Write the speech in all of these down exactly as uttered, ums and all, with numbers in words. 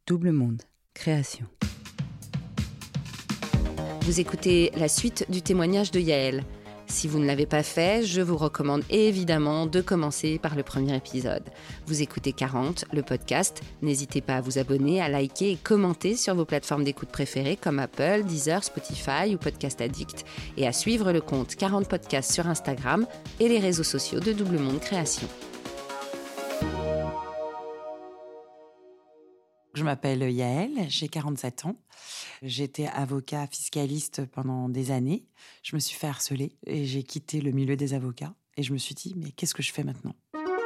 Double Monde, création. Vous écoutez la suite du témoignage de Yael. Si vous ne l'avez pas fait, je vous recommande évidemment de commencer par le premier épisode. Vous écoutez quarante, le podcast. N'hésitez pas à vous abonner, à liker et commenter sur vos plateformes d'écoute préférées comme Apple, Deezer, Spotify ou Podcast Addict et à suivre le compte quarante Podcasts sur Instagram et les réseaux sociaux de Double Monde Création. Je m'appelle Yael, j'ai quarante-sept ans. J'étais avocat fiscaliste pendant des années. Je me suis fait harceler et j'ai quitté le milieu des avocats. Et je me suis dit, mais qu'est-ce que je fais maintenant ?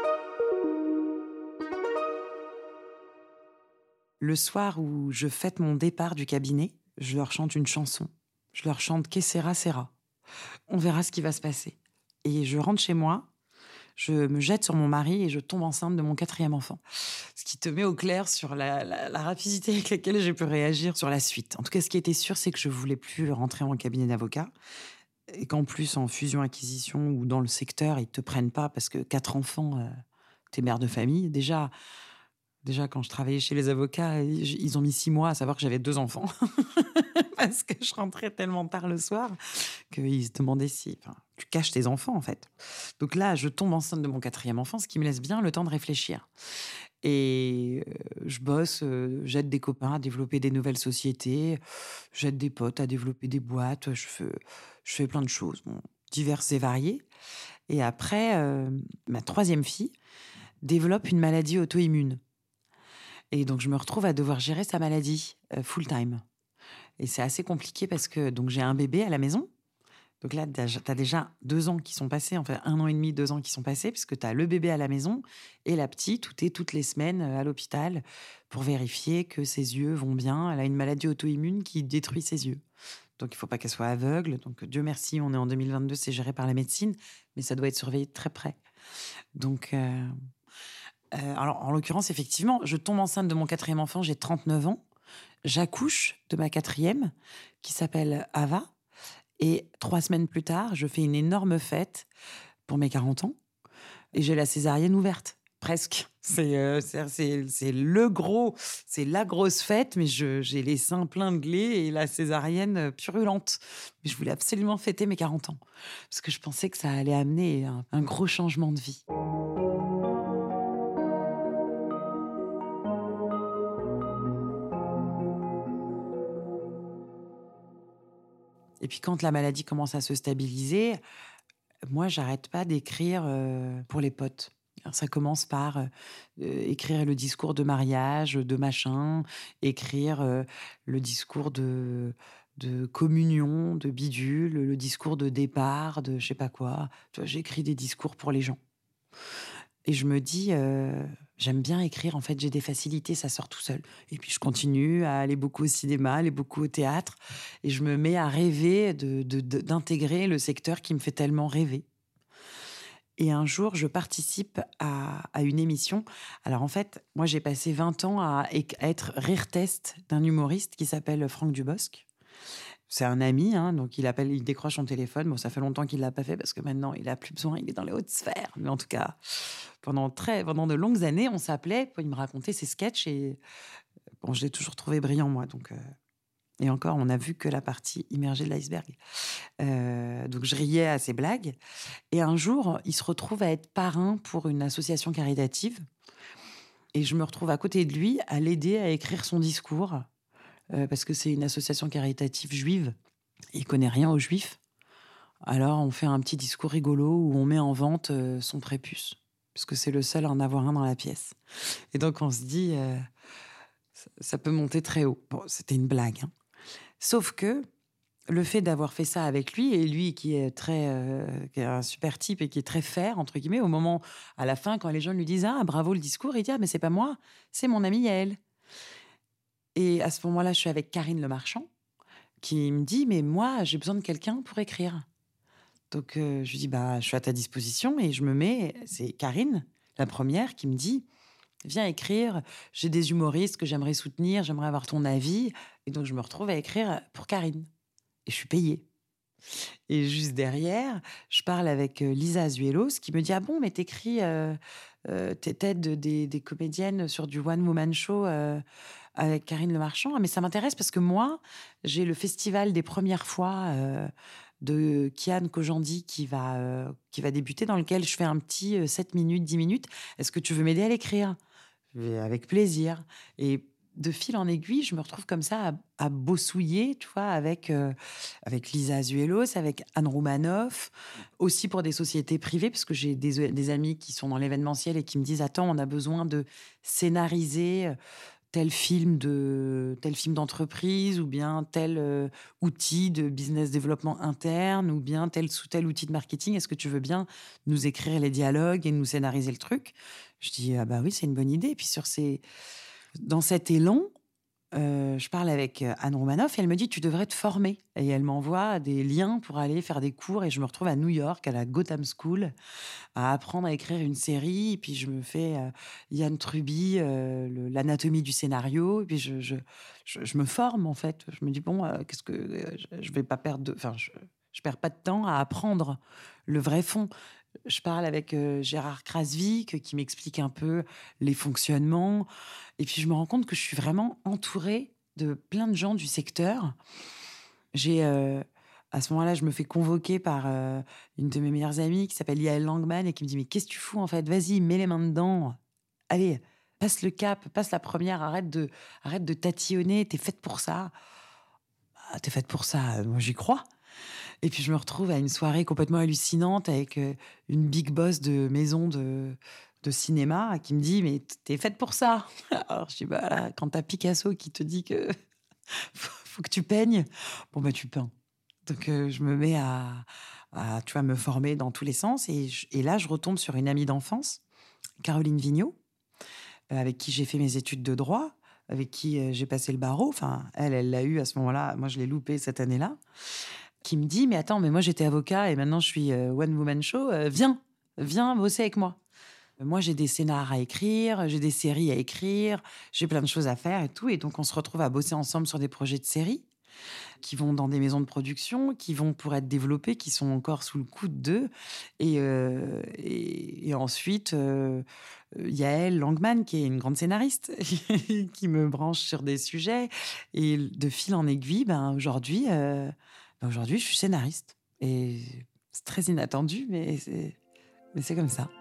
Le soir où je fête mon départ du cabinet, je leur chante une chanson. Je leur chante « Que sera, sera ». On verra ce qui va se passer. Et je rentre chez moi, je me jette sur mon mari et je tombe enceinte de mon quatrième enfant. Ce qui te met au clair sur la, la, la rapidité avec laquelle j'ai pu réagir sur la suite. En tout cas, ce qui était sûr, c'est que je voulais plus rentrer en cabinet d'avocat. Et qu'en plus, en fusion-acquisition ou dans le secteur, ils te prennent pas parce que quatre enfants, euh, t'es mère de famille. Déjà, déjà, quand je travaillais chez les avocats, ils ont mis six mois à savoir que j'avais deux enfants. Parce que je rentrais tellement tard le soir qu'ils se demandaient si... Enfin, tu caches tes enfants, en fait. Donc là, je tombe enceinte de mon quatrième enfant, ce qui me laisse bien le temps de réfléchir. Et euh, je bosse, euh, j'aide des copains à développer des nouvelles sociétés, j'aide des potes à développer des boîtes, je fais, je fais plein de choses, bon, diverses et variées. Et après, euh, ma troisième fille développe une maladie auto-immune. Et donc, je me retrouve à devoir gérer sa maladie euh, full-time. Et c'est assez compliqué parce que donc, j'ai un bébé à la maison. Donc là, tu as déjà deux ans qui sont passés, enfin un an et demi, deux ans qui sont passés, puisque tu as le bébé à la maison et la petite, où tu es toutes les semaines à l'hôpital pour vérifier que ses yeux vont bien. Elle a une maladie auto-immune qui détruit ses yeux. Donc, il ne faut pas qu'elle soit aveugle. Donc, Dieu merci, on est en deux mille vingt-deux, c'est géré par la médecine, mais ça doit être surveillé de très près. Donc, euh, euh, alors, en l'occurrence, effectivement, je tombe enceinte de mon quatrième enfant, j'ai trente-neuf ans. J'accouche de ma quatrième, qui s'appelle Ava. Et trois semaines plus tard, je fais une énorme fête pour mes quarante ans. Et j'ai la césarienne ouverte, presque. C'est, euh, c'est, c'est, c'est le gros, c'est la grosse fête, mais je, j'ai les seins pleins de lait et la césarienne purulente. Mais je voulais absolument fêter mes quarante ans. Parce que je pensais que ça allait amener un, un gros changement de vie. Et puis quand la maladie commence à se stabiliser, moi, j'arrête pas d'écrire euh, pour les potes. Alors, ça commence par euh, écrire le discours de mariage, de machin, écrire euh, le discours de, de communion, de bidule, le discours de départ, de je sais pas quoi. Tu vois, j'écris des discours pour les gens. Et je me dis, euh, j'aime bien écrire, en fait, j'ai des facilités, ça sort tout seul. Et puis je continue à aller beaucoup au cinéma, aller beaucoup au théâtre, et je me mets à rêver de, de, de, d'intégrer le secteur qui me fait tellement rêver. Et un jour, je participe à, à une émission. Alors en fait, moi j'ai passé vingt ans à, à être rire test d'un humoriste qui s'appelle Franck Dubosc. C'est un ami, hein, donc il appelle, il décroche son téléphone. Bon, ça fait longtemps qu'il l'a pas fait parce que maintenant il a plus besoin, il est dans les hautes sphères. Mais en tout cas, pendant très, pendant de longues années, on s'appelait, il me racontait ses sketchs et bon, je l'ai toujours trouvé brillant moi. Donc euh, et encore, on n'a vu que la partie immergée de l'iceberg. Euh, donc je riais à ses blagues. Et un jour, il se retrouve à être parrain pour une association caritative et je me retrouve à côté de lui à l'aider à écrire son discours. Euh, parce que c'est une association caritative juive. Il connaît rien aux juifs. Alors, on fait un petit discours rigolo où on met en vente euh, son prépuce. Parce que c'est le seul à en avoir un dans la pièce. Et donc, on se dit, euh, ça, ça peut monter très haut. Bon, c'était une blague. Hein. Sauf que le fait d'avoir fait ça avec lui, et lui qui est, très, euh, qui est un super type et qui est très fair, entre guillemets, au moment, à la fin, quand les gens lui disent « Ah, bravo le discours », il dit « Ah, mais c'est pas moi, c'est mon amie Yael ». Et à ce moment-là, je suis avec Karine Le Marchand, qui me dit « Mais moi, j'ai besoin de quelqu'un pour écrire. » Donc, euh, je lui dis bah, « Je suis à ta disposition. » Et je me mets... C'est Karine, la première, qui me dit « Viens écrire. J'ai des humoristes que j'aimerais soutenir. J'aimerais avoir ton avis. » Et donc, je me retrouve à écrire pour Karine. Et je suis payée. Et juste derrière, je parle avec Lisa Azuelos, qui me dit « Ah bon, mais t'écris... Euh, euh, t'aides des, des comédiennes sur du one-woman show... Euh, avec Karine Le Marchand. Mais ça m'intéresse parce que moi, j'ai le festival des premières fois euh, de Kian Kojandi qui va, euh, qui va débuter, dans lequel je fais un petit euh, sept minutes, dix minutes. Est-ce que tu veux m'aider à l'écrire? Je vais avec plaisir. Et de fil en aiguille, je me retrouve comme ça à, à bossouiller, tu vois, avec, euh, avec Lisa Azuelos, avec Anne Roumanoff, aussi pour des sociétés privées, parce que j'ai des, des amis qui sont dans l'événementiel et qui me disent « Attends, on a besoin de scénariser tel film de tel film d'entreprise ou bien tel euh, outil de business développement interne ou bien tel sous tel outil de marketing. Est-ce que tu veux bien nous écrire les dialogues et nous scénariser le truc ?» Je dis « Ah bah oui, c'est une bonne idée. » Et puis sur ces... dans cet élan, euh, je parle avec Anne Roumanoff et elle me dit « Tu devrais te former ». Et elle m'envoie des liens pour aller faire des cours et je me retrouve à New York, à la Gotham School, à apprendre à écrire une série. Et puis je me fais euh, Yann Truby, euh, le- l'anatomie du scénario. Et puis je, je, je, je me forme en fait. Je me dis bon, euh, qu'est-ce que euh, je, je vais pas perdre de, enfin je, je perds pas de temps à apprendre le vrai fond. Je parle avec euh, Gérard Krasvik qui m'explique un peu les fonctionnements. Et puis je me rends compte que je suis vraiment entourée de plein de gens du secteur. J'ai euh, à ce moment-là, je me fais convoquer par euh, une de mes meilleures amies qui s'appelle Yael Langman et qui me dit « Mais qu'est-ce que tu fous en fait? Vas-y, mets les mains dedans. Allez, passe le cap, passe la première, arrête de, arrête de tatillonner, t'es faite pour ça. » Ah, t'es faite pour ça, moi j'y crois. Et puis je me retrouve à une soirée complètement hallucinante avec euh, une big boss de maison de, de cinéma qui me dit « Mais t'es faite pour ça. » Alors je dis « Bah là, quand t'as Picasso qui te dit que faut faut que tu peignes, bon bah tu peins. » Donc, euh, je me mets à, à, tu vois, me former dans tous les sens. Et, je- et là, je retombe sur une amie d'enfance, Caroline Vigneault, euh, avec qui j'ai fait mes études de droit, avec qui euh, j'ai passé le barreau. Enfin, elle, elle l'a eu à ce moment-là. Moi, je l'ai loupé cette année-là. Qui me dit, mais attends, mais moi, j'étais avocat et maintenant, je suis euh, one woman show. Euh, viens, viens bosser avec moi. Euh, Moi, j'ai des scénars à écrire, j'ai des séries à écrire, j'ai plein de choses à faire et tout. Et donc, on se retrouve à bosser ensemble sur des projets de séries qui vont dans des maisons de production, qui vont pour être développés, qui sont encore sous le coude d'eux. Et, euh, et, et ensuite, euh, Yael Langman, qui est une grande scénariste, qui me branche sur des sujets. Et de fil en aiguille, ben, aujourd'hui, euh, ben, aujourd'hui, je suis scénariste. Et c'est très inattendu, mais c'est, mais c'est comme ça.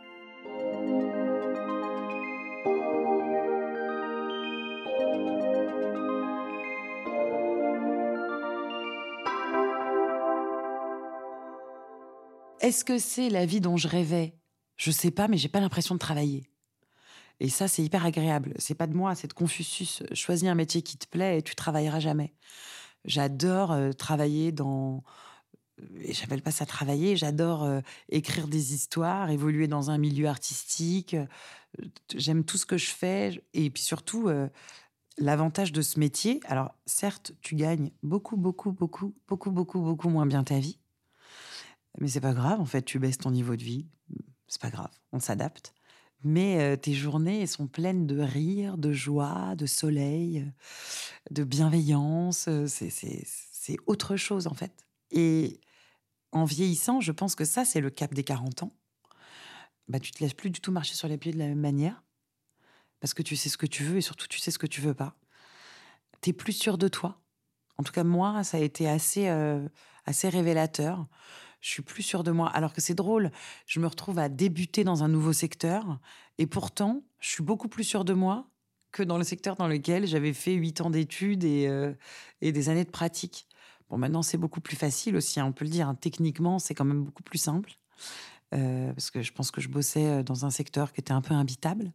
Est-ce que c'est la vie dont je rêvais? Je sais pas, mais j'ai pas l'impression de travailler. Et ça, c'est hyper agréable. C'est pas de moi, c'est de Confucius. Choisis un métier qui te plaît et tu travailleras jamais. J'adore euh, travailler dans... Et j'appelle pas ça travailler, j'adore euh, écrire des histoires, évoluer dans un milieu artistique. Euh, J'aime tout ce que je fais. Et puis surtout, euh, l'avantage de ce métier, alors certes, tu gagnes beaucoup, beaucoup, beaucoup, beaucoup, beaucoup, beaucoup moins bien ta vie. Mais c'est pas grave, en fait, tu baisses ton niveau de vie. C'est pas grave, on s'adapte. Mais euh, tes journées elles sont pleines de rire, de joie, de soleil, euh, de bienveillance. euh, C'est, c'est, c'est autre chose, en fait. Et en vieillissant, je pense que ça, c'est le cap des quarante ans. Bah, tu te laisses plus du tout marcher sur les pieds de la même manière. Parce que tu sais ce que tu veux et surtout, tu sais ce que tu veux pas. T'es plus sûr de toi. En tout cas, moi, ça a été assez, euh, assez révélateur. Je suis plus sûre de moi. Alors que c'est drôle, je me retrouve à débuter dans un nouveau secteur. Et pourtant, je suis beaucoup plus sûre de moi que dans le secteur dans lequel j'avais fait huit ans d'études et, euh, et des années de pratique. Bon, maintenant, c'est beaucoup plus facile aussi, hein, on peut le dire. Hein. Techniquement, c'est quand même beaucoup plus simple. Euh, parce que je pense que je bossais euh, dans un secteur qui était un peu imbitable.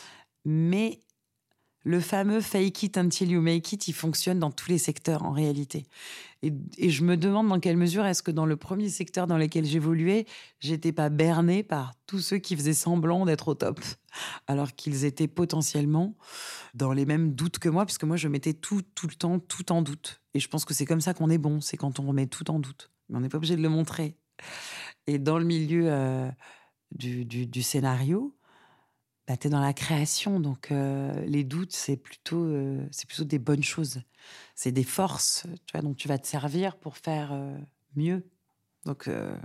Mais le fameux fake it until you make it, il fonctionne dans tous les secteurs en réalité. Et, et je me demande dans quelle mesure est-ce que dans le premier secteur dans lequel j'évoluais, j'étais pas bernée par tous ceux qui faisaient semblant d'être au top, alors qu'ils étaient potentiellement dans les mêmes doutes que moi, puisque moi je mettais tout, tout le temps, tout en doute. Et je pense que c'est comme ça qu'on est bon, c'est quand on remet tout en doute. Mais on n'est pas obligé de le montrer. Et dans le milieu euh, du, du, du scénario, bah, tu es dans la création, donc euh, les doutes, c'est plutôt, euh, c'est plutôt des bonnes choses. C'est des forces, tu vois, dont tu vas te servir pour faire euh, mieux. Donc, euh,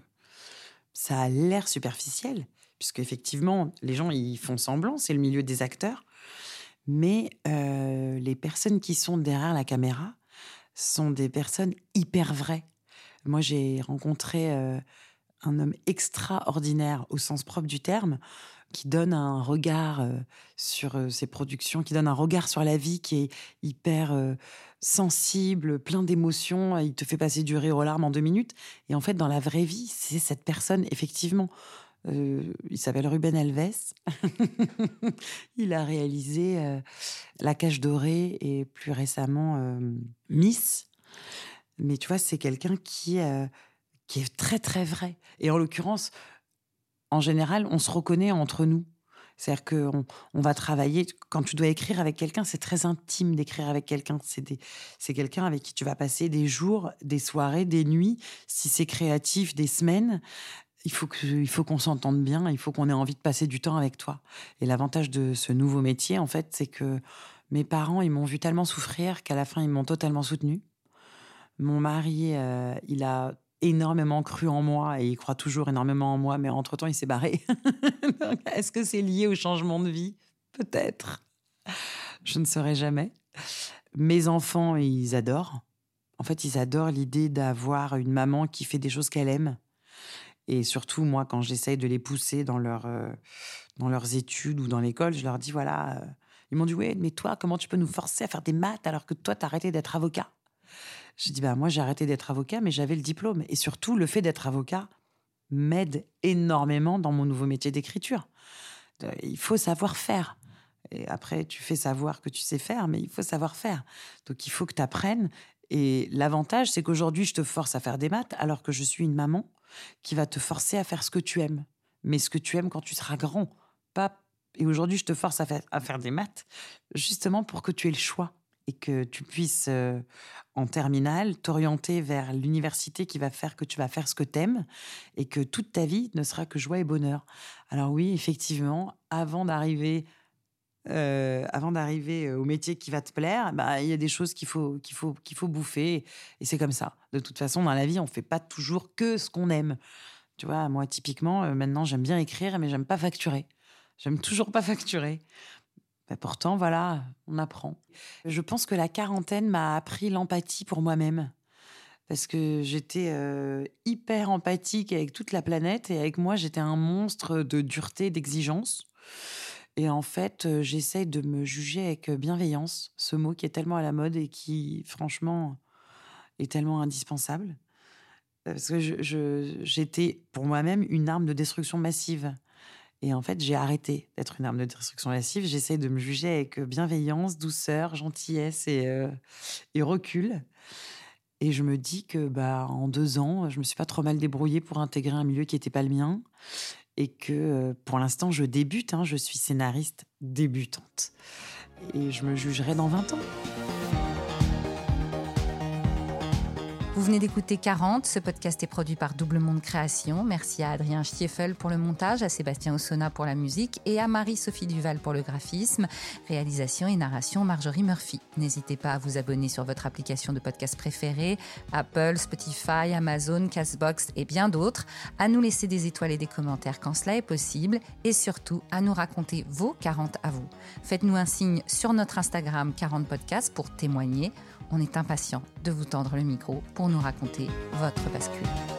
ça a l'air superficiel, puisque effectivement, les gens, ils font semblant, c'est le milieu des acteurs. Mais euh, les personnes qui sont derrière la caméra sont des personnes hyper vraies. Moi, j'ai rencontré euh, un homme extraordinaire au sens propre du terme, qui donne un regard euh, sur euh, ses productions, qui donne un regard sur la vie qui est hyper euh, sensible, plein d'émotions. Il te fait passer du rire aux larmes en deux minutes. Et en fait, dans la vraie vie, c'est cette personne, effectivement. Euh, il s'appelle Ruben Alves. Il a réalisé euh, La Cage Dorée et plus récemment euh, Miss. Mais tu vois, c'est quelqu'un qui, euh, qui est très, très vrai. Et en l'occurrence, en général, on se reconnaît entre nous. C'est-à-dire qu'on on va travailler. Quand tu dois écrire avec quelqu'un, c'est très intime d'écrire avec quelqu'un. C'est, des, c'est quelqu'un avec qui tu vas passer des jours, des soirées, des nuits. Si c'est créatif, des semaines. Il faut, que, il faut qu'on s'entende bien. Il faut qu'on ait envie de passer du temps avec toi. Et l'avantage de ce nouveau métier, en fait, c'est que mes parents, ils m'ont vu tellement souffrir qu'à la fin, ils m'ont totalement soutenue. Mon mari, euh, il a énormément cru en moi et il croit toujours énormément en moi, mais entre-temps, il s'est barré. Donc, est-ce que c'est lié au changement de vie ? Peut-être. Je ne saurais jamais. Mes enfants, ils adorent. En fait, ils adorent l'idée d'avoir une maman qui fait des choses qu'elle aime. Et surtout, moi, quand j'essaye de les pousser dans, leur, euh, dans leurs études ou dans l'école, je leur dis, voilà... Euh, ils m'ont dit, ouais, mais toi, comment tu peux nous forcer à faire des maths alors que toi, t'as arrêté d'être avocat ? J'ai dit, bah, moi, j'ai arrêté d'être avocat, mais j'avais le diplôme. Et surtout, le fait d'être avocat m'aide énormément dans mon nouveau métier d'écriture. Il faut savoir faire. Et après, tu fais savoir que tu sais faire, mais il faut savoir faire. Donc, il faut que tu apprennes. Et l'avantage, c'est qu'aujourd'hui, je te force à faire des maths, alors que je suis une maman qui va te forcer à faire ce que tu aimes. Mais ce que tu aimes quand tu seras grand. Pas... Et aujourd'hui, je te force à faire, à faire des maths, justement pour que tu aies le choix. Et que tu puisses, euh, en terminale, t'orienter vers l'université qui va faire que tu vas faire ce que t'aimes et que toute ta vie ne sera que joie et bonheur. Alors oui, effectivement, avant d'arriver, euh, avant d'arriver au métier qui va te plaire, bah, y a des choses qu'il faut, qu'il faut, qu'il faut bouffer et c'est comme ça. De toute façon, dans la vie, on ne fait pas toujours que ce qu'on aime. Tu vois, moi, typiquement, euh, maintenant, j'aime bien écrire, mais j'aime pas facturer. J'aime toujours pas facturer. Ben pourtant, voilà, on apprend. Je pense que la quarantaine m'a appris l'empathie pour moi-même. Parce que j'étais euh, hyper empathique avec toute la planète et avec moi, j'étais un monstre de dureté, d'exigence. Et en fait, euh, j'essaye de me juger avec bienveillance, ce mot qui est tellement à la mode et qui, franchement, est tellement indispensable. Parce que je, je, j'étais, pour moi-même, une arme de destruction massive. Et en fait, j'ai arrêté d'être une arme de destruction massive. J'essaie de me juger avec bienveillance, douceur, gentillesse et, euh, et recul. Et je me dis que bah, en deux ans, je me suis pas trop mal débrouillée pour intégrer un milieu qui n'était pas le mien. Et que euh, pour l'instant, je débute. Hein, je suis scénariste débutante. Et je me jugerai dans vingt ans. Vous venez d'écouter quarante, ce podcast est produit par Double Monde Création. Merci à Adrien Stiefel pour le montage, à Sébastien Ossona pour la musique et à Marie-Sophie Duval pour le graphisme. Réalisation et narration, Marjorie Murphy. N'hésitez pas à vous abonner sur votre application de podcast préférée, Apple, Spotify, Amazon, Castbox et bien d'autres, à nous laisser des étoiles et des commentaires quand cela est possible et surtout à nous raconter vos quarante à vous. Faites-nous un signe sur notre Instagram quarante podcasts pour témoigner. On est impatient de vous tendre le micro pour nous raconter votre bascule.